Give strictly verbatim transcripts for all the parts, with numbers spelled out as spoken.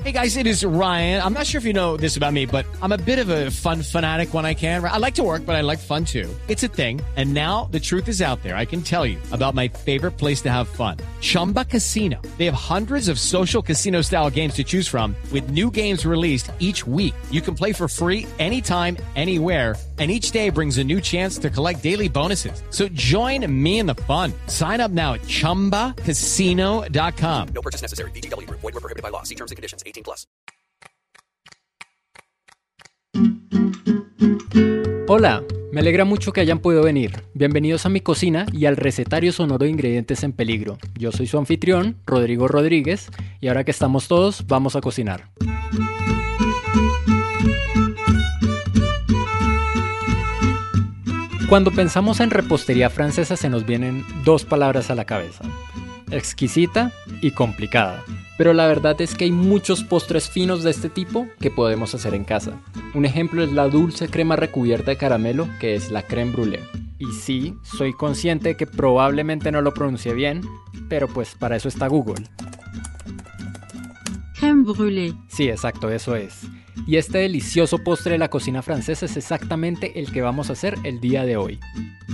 Hey guys, it is Ryan. I'm not sure if you know this about me, but I'm a bit of a fun fanatic when I can. I like to work, but I like fun too. It's a thing. And now the truth is out there. I can tell you about my favorite place to have fun. Chumba Casino. They have hundreds of social casino style games to choose from with new games released each week. You can play for free anytime, anywhere. And each day brings a new chance to collect daily bonuses. So join me in the fun. Sign up now at chumba casino dot com. No purchase necessary. V G W. Void where prohibited by law. See terms and conditions. eighteen plus. Hola, me alegra mucho que hayan podido venir. Bienvenidos a mi cocina y al recetario sonoro de ingredientes en peligro. Yo soy su anfitrión, Rodrigo Rodríguez, y ahora que estamos todos, vamos a cocinar. Cuando pensamos en repostería francesa se nos vienen dos palabras a la cabeza: exquisita y complicada. Pero la verdad es que hay muchos postres finos de este tipo que podemos hacer en casa. Un ejemplo es la dulce crema recubierta de caramelo, que es la crème brûlée. Y sí, soy consciente de que probablemente no lo pronuncie bien, pero pues para eso está Google. Crème brûlée. Sí, exacto, eso es. Y este delicioso postre de la cocina francesa es exactamente el que vamos a hacer el día de hoy.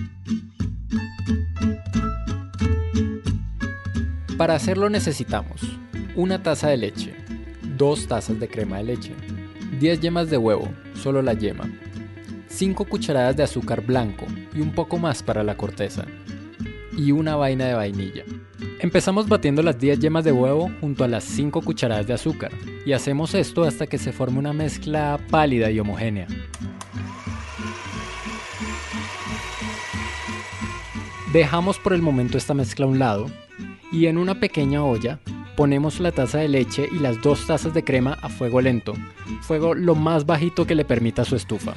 Para hacerlo necesitamos una taza de leche, dos tazas de crema de leche, diez yemas de huevo, solo la yema, cinco cucharadas de azúcar blanco y un poco más para la corteza, y una vaina de vainilla. Empezamos batiendo las diez yemas de huevo junto a las cinco cucharadas de azúcar, y hacemos esto hasta que se forme una mezcla pálida y homogénea. Dejamos por el momento esta mezcla a un lado, y en una pequeña olla ponemos la taza de leche y las dos tazas de crema a fuego lento, fuego lo más bajito que le permita su estufa.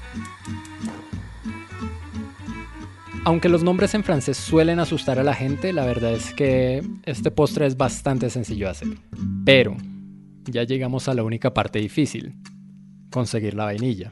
Aunque los nombres en francés suelen asustar a la gente, la verdad es que este postre es bastante sencillo de hacer. Pero ya llegamos a la única parte difícil: conseguir la vainilla.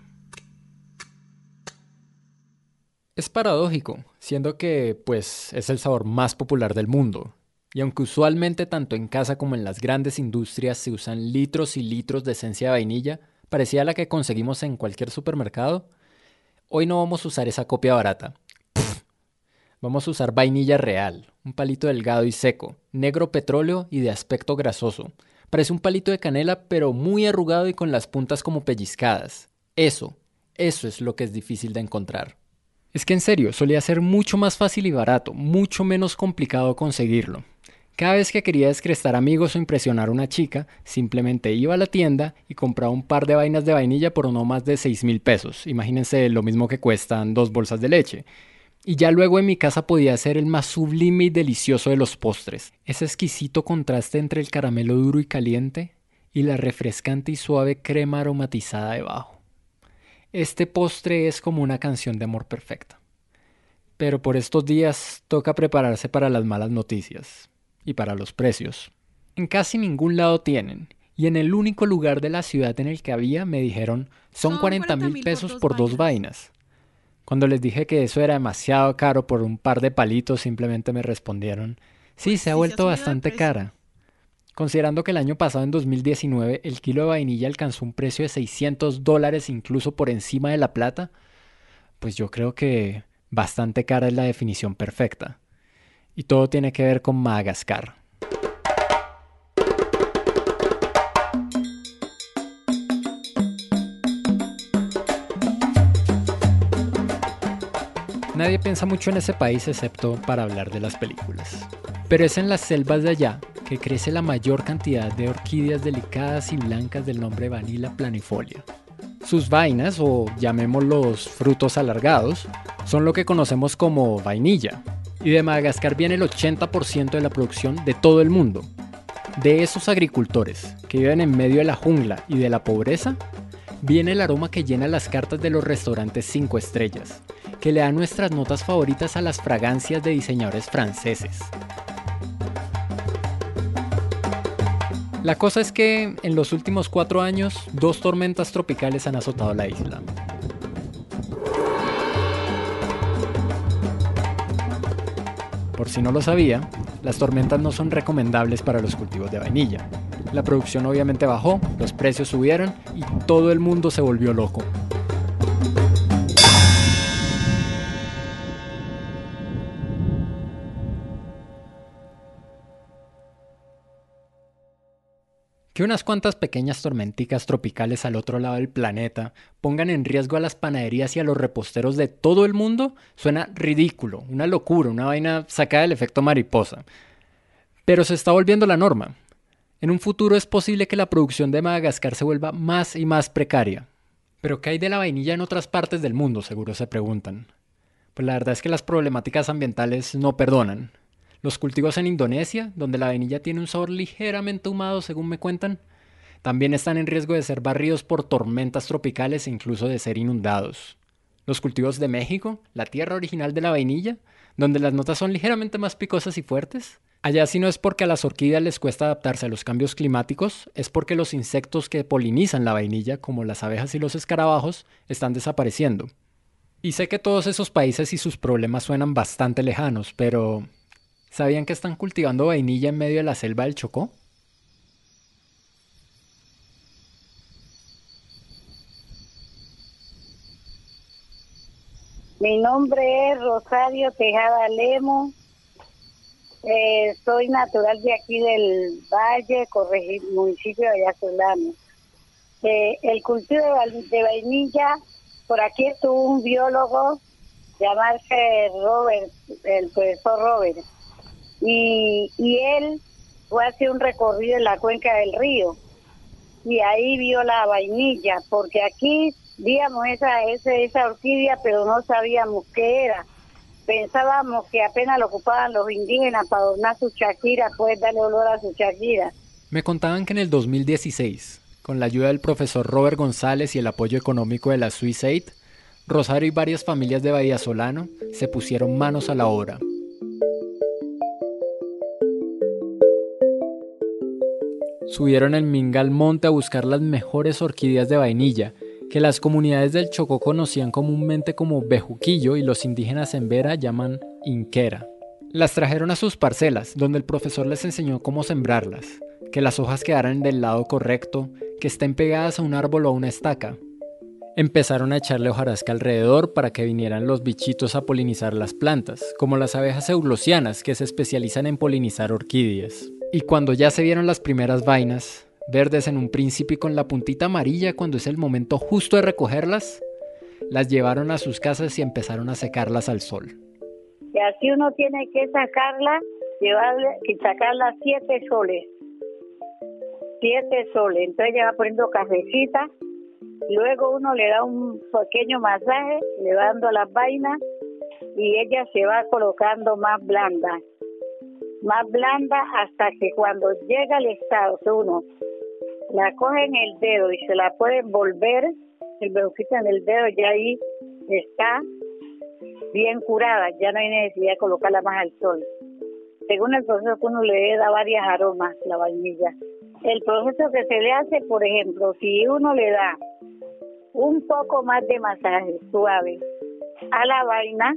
Es paradójico, siendo que pues es el sabor más popular del mundo. Y aunque usualmente tanto en casa como en las grandes industrias se usan litros y litros de esencia de vainilla, parecida a la que conseguimos en cualquier supermercado, hoy no vamos a usar esa copia barata. Pff, vamos a usar vainilla real, un palito delgado y seco, negro petróleo y de aspecto grasoso. Parece un palito de canela, pero muy arrugado y con las puntas como pellizcadas. Eso, eso es lo que es difícil de encontrar. Es que en serio, solía ser mucho más fácil y barato, mucho menos complicado conseguirlo. Cada vez que quería descrestar amigos o impresionar a una chica, simplemente iba a la tienda y compraba un par de vainas de vainilla por no más de seis mil pesos. Imagínense lo mismo que cuestan dos bolsas de leche. Y ya luego en mi casa podía hacer el más sublime y delicioso de los postres. Ese exquisito contraste entre el caramelo duro y caliente y la refrescante y suave crema aromatizada debajo. Este postre es como una canción de amor perfecta. Pero por estos días toca prepararse para las malas noticias. Y para los precios. En casi ningún lado tienen, y en el único lugar de la ciudad en el que había me dijeron son cuarenta mil pesos por dos vainas. Cuando les dije que eso era demasiado caro por un par de palitos, simplemente me respondieron: sí, se ha vuelto bastante cara. Considerando que el año pasado, en dos mil diecinueve, el kilo de vainilla alcanzó un precio de seiscientos dólares, incluso por encima de la plata, pues yo creo que bastante cara es la definición perfecta. Y todo tiene que ver con Madagascar. Nadie piensa mucho en ese país excepto para hablar de las películas. Pero es en las selvas de allá que crece la mayor cantidad de orquídeas delicadas y blancas del nombre Vanilla planifolia. Sus vainas, o llamémoslos frutos alargados, son lo que conocemos como vainilla. Y de Madagascar viene el ochenta por ciento de la producción de todo el mundo. De esos agricultores que viven en medio de la jungla y de la pobreza, viene el aroma que llena las cartas de los restaurantes cinco estrellas, que le da nuestras notas favoritas a las fragancias de diseñadores franceses. La cosa es que en los últimos cuatro años, dos tormentas tropicales han azotado la isla. Por si no lo sabía, las tormentas no son recomendables para los cultivos de vainilla. La producción obviamente bajó, los precios subieron y todo el mundo se volvió loco. Que unas cuantas pequeñas tormenticas tropicales al otro lado del planeta pongan en riesgo a las panaderías y a los reposteros de todo el mundo suena ridículo, una locura, una vaina sacada del efecto mariposa. Pero se está volviendo la norma. En un futuro es posible que la producción de Madagascar se vuelva más y más precaria. ¿Pero qué hay de la vainilla en otras partes del mundo?, seguro se preguntan. Pues la verdad es que las problemáticas ambientales no perdonan. Los cultivos en Indonesia, donde la vainilla tiene un sabor ligeramente ahumado según me cuentan, también están en riesgo de ser barridos por tormentas tropicales e incluso de ser inundados. Los cultivos de México, la tierra original de la vainilla, donde las notas son ligeramente más picosas y fuertes. Allá si no es porque a las orquídeas les cuesta adaptarse a los cambios climáticos, es porque los insectos que polinizan la vainilla, como las abejas y los escarabajos, están desapareciendo. Y sé que todos esos países y sus problemas suenan bastante lejanos, pero ¿sabían que están cultivando vainilla en medio de la selva del Chocó? Mi nombre es Rosario Tejada Lemo, eh, soy natural de aquí del Valle, corregi- municipio de Ayasolano. Eh, el cultivo de, val- de vainilla, por aquí estuvo un biólogo, llamarse Robert, el profesor Robert, y, y él fue a hacer un recorrido en la cuenca del río, y ahí vio la vainilla, porque aquí víamos esa, esa, esa orquídea, pero no sabíamos qué era. Pensábamos que apenas lo ocupaban los indígenas para adornar su shakira, pues darle olor a su shakira. Me contaban que en el dos mil dieciséis, con la ayuda del profesor Robert González y el apoyo económico de la Swiss Aid, Rosario y varias familias de Vallasolano se pusieron manos a la obra. Subieron el Minga al monte a buscar las mejores orquídeas de vainilla, que las comunidades del Chocó conocían comúnmente como bejuquillo y los indígenas en Vera llaman inquera. Las trajeron a sus parcelas, donde el profesor les enseñó cómo sembrarlas, que las hojas quedaran del lado correcto, que estén pegadas a un árbol o a una estaca. Empezaron a echarle hojarasca alrededor para que vinieran los bichitos a polinizar las plantas, como las abejas eulosianas que se especializan en polinizar orquídeas. Y cuando ya se vieron las primeras vainas, verdes en un principio y con la puntita amarilla cuando es el momento justo de recogerlas, las llevaron a sus casas y empezaron a secarlas al sol. Y así uno tiene que sacarla, llevarle, y sacarla siete soles. Siete soles. Entonces ya va poniendo cafecita. Luego uno le da un pequeño masaje, le va dando las vainas y ella se va colocando más blanda. Más blanda hasta que cuando llega el estado que uno la coge en el dedo y se la puede envolver, el bejuquito en el dedo ya ahí está bien curada, ya no hay necesidad de colocarla más al sol. Según el proceso que uno le da varias aromas, la vainilla. El proceso que se le hace, por ejemplo, si uno le da un poco más de masaje suave a la vaina,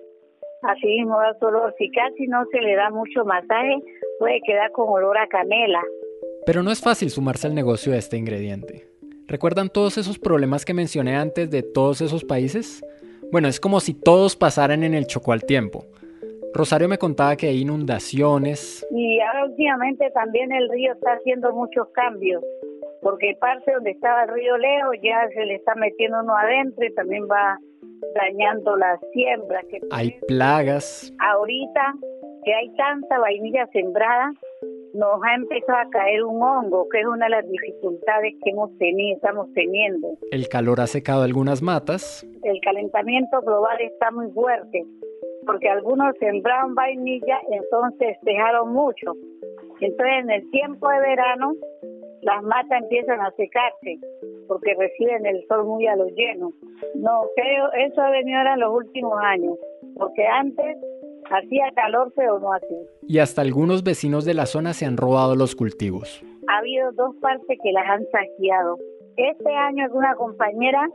así mismo da su olor. Si casi no se le da mucho masaje, puede quedar con olor a canela. Pero no es fácil sumarse al negocio de este ingrediente. ¿Recuerdan todos esos problemas que mencioné antes de todos esos países? Bueno, es como si todos pasaran en el Chocó al tiempo. Rosario me contaba que hay inundaciones. Y ahora últimamente también el río está haciendo muchos cambios, porque parte donde estaba el río lejos ya se le está metiendo uno adentro y también va dañando las siembras. Que Hay plagas. Ahorita que hay tanta vainilla sembrada, nos ha empezado a caer un hongo, que es una de las dificultades que hemos tenido, estamos teniendo. El calor ha secado algunas matas. El calentamiento global está muy fuerte, porque algunos sembraron vainilla, entonces dejaron mucho. Entonces en el tiempo de verano, las matas empiezan a secarse, porque reciben el sol muy a lo lleno. No creo, eso ha venido ahora en los últimos años, porque antes hacía calor, pero no así. Y hasta algunos vecinos de la zona se han robado los cultivos. Ha habido dos partes que las han saqueado. Este año alguna compañera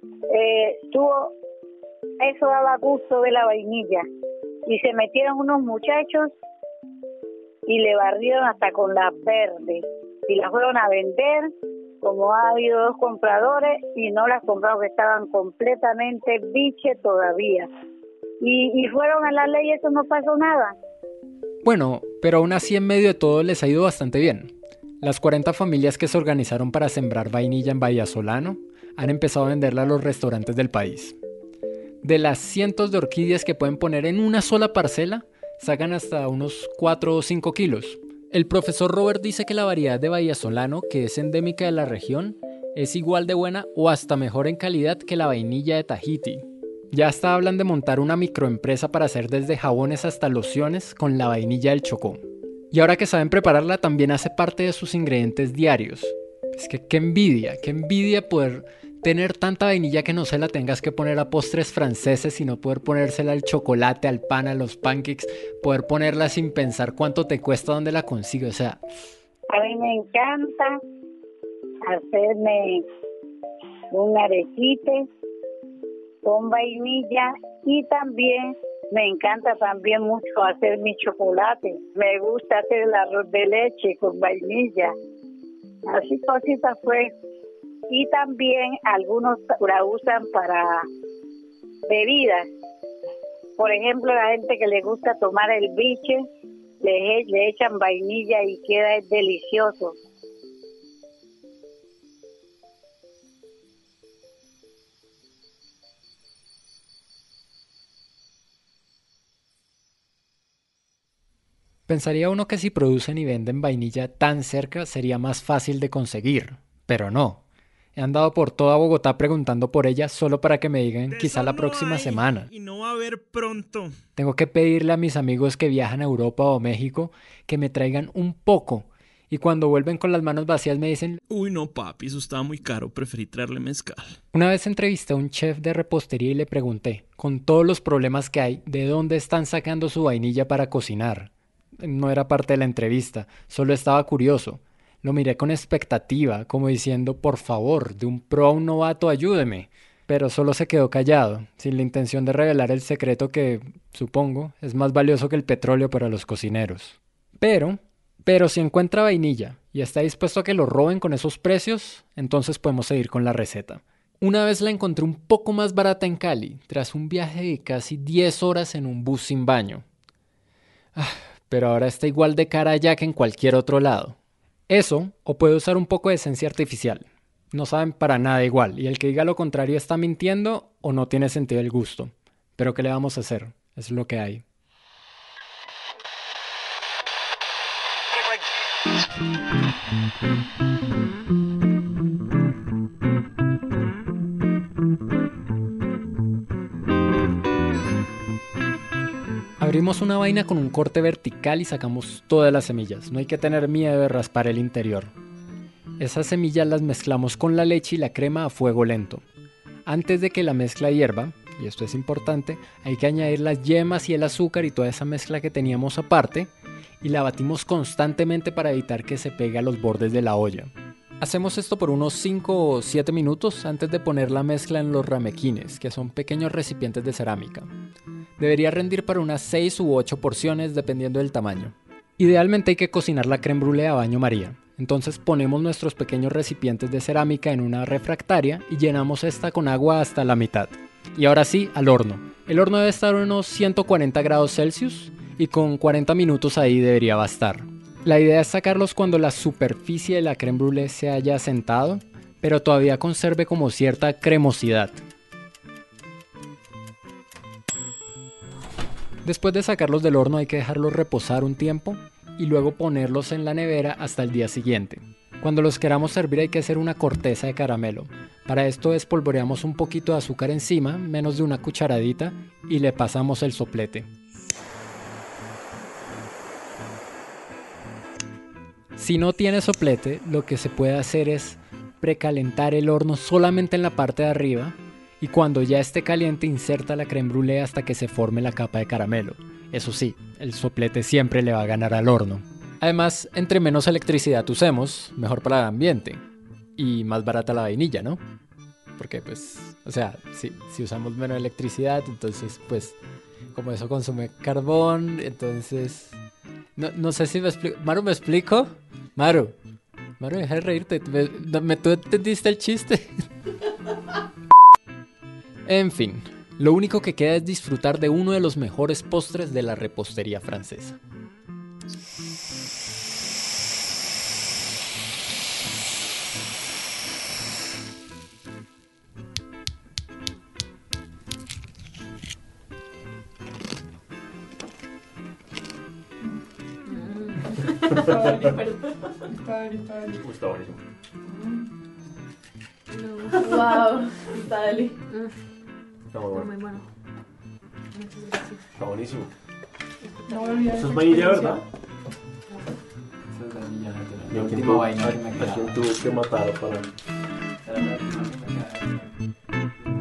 eh, tuvo, eso daba gusto de la vainilla, y se metieron unos muchachos y le barrieron hasta con las verdes. y las fueron a vender, como ha habido dos compradores y no las compraron, que estaban completamente biche todavía. Y, y fueron a la ley y eso no pasó nada. Bueno, pero aún así en medio de todo les ha ido bastante bien. Las cuarenta familias que se organizaron para sembrar vainilla en Vallasolano han empezado a venderla a los restaurantes del país. De las cientos de orquídeas que pueden poner en una sola parcela, sacan hasta unos cuatro o cinco kilos. El profesor Robert dice que la variedad de Vallasolano, que es endémica de la región, es igual de buena o hasta mejor en calidad que la vainilla de Tahiti. Ya hasta hablan de montar una microempresa para hacer desde jabones hasta lociones con la vainilla del Chocó. Y ahora que saben prepararla, también hace parte de sus ingredientes diarios. Es que qué envidia, qué envidia poder tener tanta vainilla que no se la tengas que poner a postres franceses, sino poder ponérsela al chocolate, al pan, a los pancakes, poder ponerla sin pensar cuánto te cuesta, dónde la consigo, o sea... A mí me encanta hacerme un arequipe con vainilla y también me encanta también mucho hacer mi chocolate. Me gusta hacer el arroz de leche con vainilla. Así cositas pues. Y también algunos la usan para bebidas. Por ejemplo, la gente que le gusta tomar el biche, le, le echan vainilla y queda delicioso. Pensaría uno que si producen y venden vainilla tan cerca sería más fácil de conseguir, pero no. He andado por toda Bogotá preguntando por ella solo para que me digan De quizá eso la no próxima hay, semana. Y no va a haber pronto. Tengo que pedirle a mis amigos que viajan a Europa o México que me traigan un poco. Y cuando vuelven con las manos vacías me dicen... Uy, no, papi, eso estaba muy caro. Preferí traerle mezcal. Una vez entrevisté a un chef de repostería y le pregunté, con todos los problemas que hay, ¿de dónde están sacando su vainilla para cocinar? No era parte de la entrevista, solo estaba curioso. Lo miré con expectativa, como diciendo, por favor, de un pro a un novato, ayúdeme. Pero solo se quedó callado, sin la intención de revelar el secreto que, supongo, es más valioso que el petróleo para los cocineros. Pero, pero si encuentra vainilla y está dispuesto a que lo roben con esos precios, entonces podemos seguir con la receta. Una vez la encontré un poco más barata en Cali, tras un viaje de casi diez horas en un bus sin baño. Ah, pero ahora está igual de cara allá que en cualquier otro lado. Eso, o puede usar un poco de esencia artificial. No saben para nada igual, y el que diga lo contrario está mintiendo o no tiene sentido el gusto. Pero ¿qué le vamos a hacer? Es lo que hay. Abrimos una vaina con un corte vertical y sacamos todas las semillas. No hay que tener miedo de raspar el interior. Esas semillas las mezclamos con la leche y la crema a fuego lento. Antes de que la mezcla hierva, y esto es importante, hay que añadir las yemas y el azúcar y toda esa mezcla que teníamos aparte y la batimos constantemente para evitar que se pegue a los bordes de la olla. Hacemos esto por unos cinco o siete minutos antes de poner la mezcla en los ramequines, que son pequeños recipientes de cerámica. Debería rendir para unas seis u ocho porciones dependiendo del tamaño. Idealmente hay que cocinar la crème brûlée a baño María. Entonces ponemos nuestros pequeños recipientes de cerámica en una refractaria y llenamos esta con agua hasta la mitad. Y ahora sí, al horno. El horno debe estar a unos ciento cuarenta grados Celsius y con cuarenta minutos ahí debería bastar. La idea es sacarlos cuando la superficie de la crème brûlée se haya asentado, pero todavía conserve como cierta cremosidad. Después de sacarlos del horno hay que dejarlos reposar un tiempo y luego ponerlos en la nevera hasta el día siguiente. Cuando los queramos servir hay que hacer una corteza de caramelo. Para esto espolvoreamos un poquito de azúcar encima, menos de una cucharadita, y le pasamos el soplete. Si no tiene soplete, lo que se puede hacer es precalentar el horno solamente en la parte de arriba y cuando ya esté caliente inserta la crème brûlée hasta que se forme la capa de caramelo. Eso sí, el soplete siempre le va a ganar al horno. Además, entre menos electricidad usemos, mejor para el ambiente. Y más barata la vainilla, ¿no? Porque pues, o sea, si, si usamos menos electricidad, entonces pues, como eso consume carbón, entonces... No, no sé si me explico. ¿Maru, me explico? Maru. Mario, deja de reírte. Me, me, tú entendiste el chiste. En fin, lo único que queda es disfrutar de uno de los mejores postres de la repostería francesa. Está buenísimo. Wow, está deli. Está muy bueno. Muy bueno. Muchas gracias. Está buenísimo. No me olvides. Eso es vainilla, ¿verdad? Esa es la vainilla natural. ¿Y La a quién última tuvo- vaina que me a- a quedaba. quién tuvo que matar para...? Era la última que me quedaba.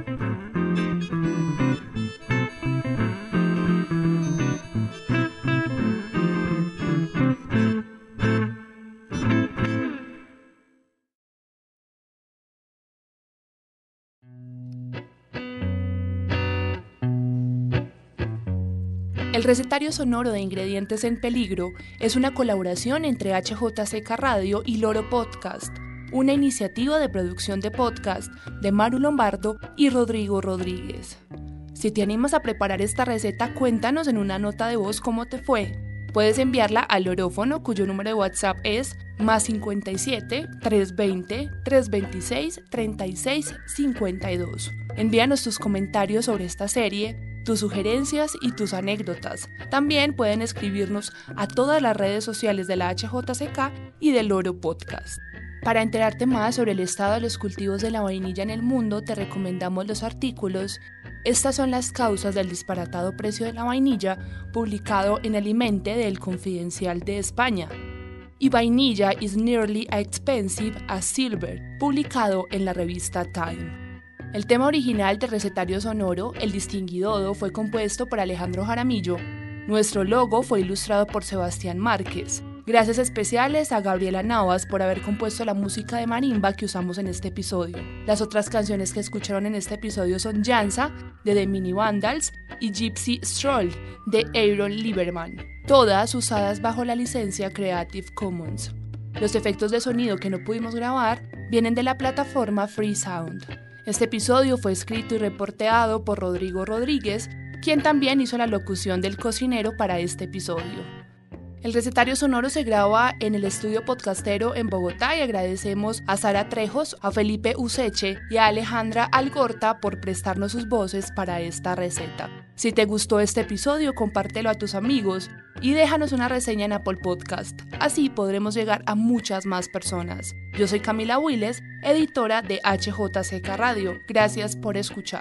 El recetario sonoro de Ingredientes en Peligro es una colaboración entre H J C K Radio y Loro Podcast, una iniciativa de producción de podcast de Maru Lombardo y Rodrigo Rodríguez. Si te animas a preparar esta receta, cuéntanos en una nota de voz cómo te fue. Puedes enviarla al Lorófono, cuyo número de WhatsApp es más cincuenta y siete, trescientos veinte, trescientos veintiséis, treinta y seis cincuenta y dos. Envíanos tus comentarios sobre esta serie, tus sugerencias y tus anécdotas. También pueden escribirnos a todas las redes sociales de la H J C K y del Loro Podcast. Para enterarte más sobre el estado de los cultivos de la vainilla en el mundo, te recomendamos los artículos Estas son las causas del disparatado precio de la vainilla, publicado en Alimente del Confidencial de España, y Vainilla is nearly as expensive as silver, publicado en la revista Time. El tema original del recetario sonoro, El Distinguidodo, fue compuesto por Alejandro Jaramillo. Nuestro logo fue ilustrado por Sebastián Márquez. Gracias especiales a Gabriela Navas por haber compuesto la música de marimba que usamos en este episodio. Las otras canciones que escucharon en este episodio son Jansa, de The Mini Vandals, y Gypsy Stroll, de Aaron Lieberman, todas usadas bajo la licencia Creative Commons. Los efectos de sonido que no pudimos grabar vienen de la plataforma Freesound. Este episodio fue escrito y reporteado por Rodrigo Rodríguez, quien también hizo la locución del cocinero para este episodio. El recetario sonoro se graba en el estudio podcastero en Bogotá y agradecemos a Sara Trejos, a Felipe Useche y a Alejandra Algorta por prestarnos sus voces para esta receta. Si te gustó este episodio, compártelo a tus amigos y déjanos una reseña en Apple Podcast. Así podremos llegar a muchas más personas. Yo soy Camila Willes, editora de H J C K Radio. Gracias por escuchar.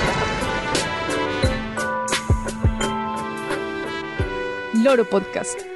Loro Podcast.